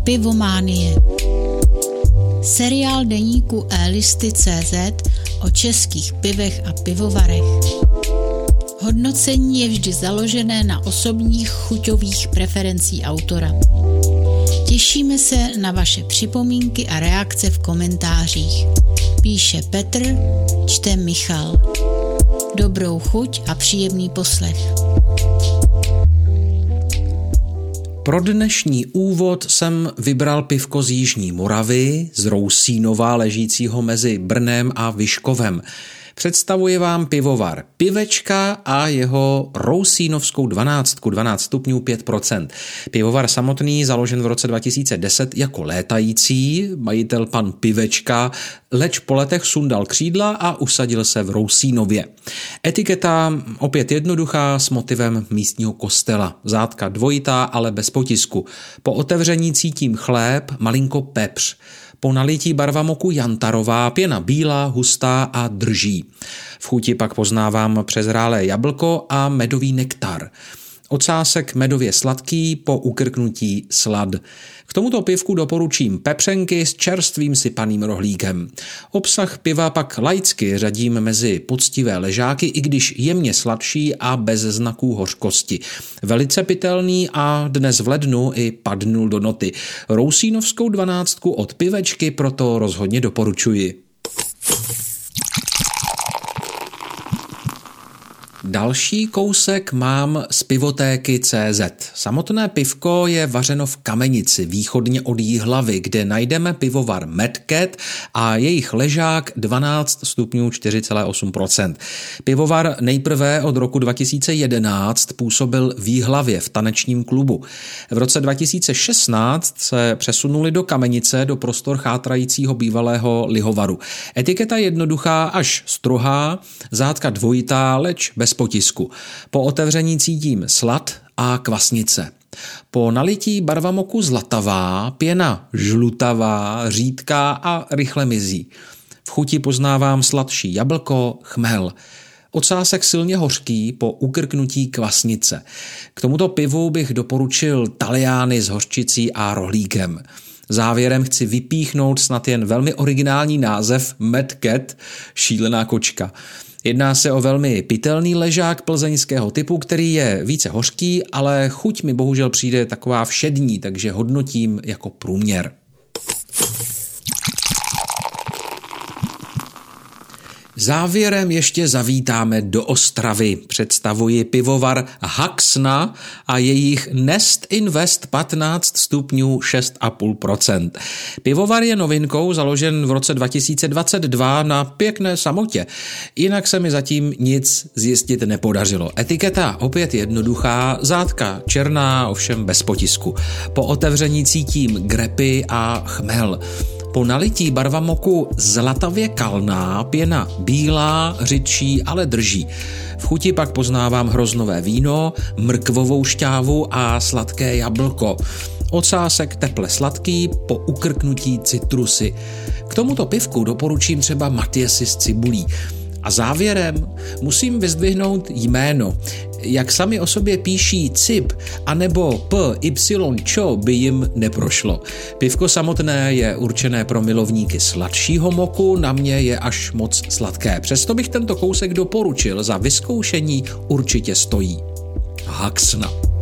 Pivománie. Seriál deníku elisty.cz o českých pivech a pivovarech. Hodnocení je vždy založené na osobních chuťových preferencí autora. Těšíme se na vaše připomínky a reakce v komentářích. Píše Petr, čte Michal. Dobrou chuť a příjemný poslech. Pro dnešní úvod jsem vybral pivko z Jižní Moravy, z Rousínova, ležícího mezi Brnem a Vyškovem. Představuji vám pivovar Pivečka a jeho rousínovskou 12 stupňů 5%. Pivovar samotný založen v roce 2010 jako létající, majitel pan Pivečka, leč po letech sundal křídla a usadil se v Rousínově. Etiketa opět jednoduchá s motivem místního kostela. Zátka dvojitá, ale bez potisku. Po otevření cítím chléb, malinko pepř. Po nalití barva moku jantarová, pěna bílá, hustá a drží. V chuti pak poznávám přezrálé jablko a medový nektar. Ocásek medově sladký, po ukrknutí slad. K tomuto pivku doporučím pepřenky s čerstvým sypaným rohlíkem. Obsah piva pak laicky řadím mezi poctivé ležáky, i když jemně sladší a bez znaků hořkosti. Velice pitelný a dnes v lednu i padnul do noty. Rousínovskou 12 od Pivečky proto rozhodně doporučuji. Další kousek mám z pivotéky CZ. Samotné pivko je vařeno v Kamenici, východně od Jihlavy, kde najdeme pivovar Mad Cat a jejich ležák 12 stupňů 4,8%. Pivovar nejprve od roku 2011 působil v Jihlavě v tanečním klubu. V roce 2016 se přesunuli do Kamenice, do prostor chátrajícího bývalého lihovaru. Etiketa jednoduchá až strohá, zátka dvojitá, leč bez potisku. Po otevření cítím slad a kvasnice. Po nalití barva moku zlatavá, pěna žlutavá, řídká a rychle mizí. V chuti poznávám sladší jablko, chmel. Ocásek silně hořký po ukrknutí kvasnice. K tomuto pivu bych doporučil Taliány s hořčicí a rohlíkem. Závěrem chci vypíchnout snad jen velmi originální název Mad Cat, šílená kočka. Jedná se o velmi pitelný ležák plzeňského typu, který je více hořký, ale chuť mi bohužel přijde taková všední, takže hodnotím jako průměr. Závěrem ještě zavítáme do Ostravy. Představuji pivovar Haxna a jejich Nest Invest 15 stupňů 6,5%. Pivovar je novinkou, založen v roce 2022 na pěkné samotě. Jinak se mi zatím nic zjistit nepodařilo. Etiketa opět jednoduchá, zátka černá, ovšem bez potisku. Po otevření cítím grepy a chmel. Po nalití barva moku zlatavě kalná, pěna bílá, řidší, ale drží. V chuti pak poznávám hroznové víno, mrkvovou šťávu a sladké jablko. Ocásek teple sladký, po ukrknutí citrusy. K tomuto pivku doporučím třeba Matěsi s cibulí. A závěrem musím vyzdvihnout jméno. Jak sami o sobě píší Cib anebo PYČO by jim neprošlo. Pivko samotné je určené pro milovníky sladšího moku, na mě je až moc sladké. Přesto bych tento kousek doporučil, za vyzkoušení určitě stojí. Haxna.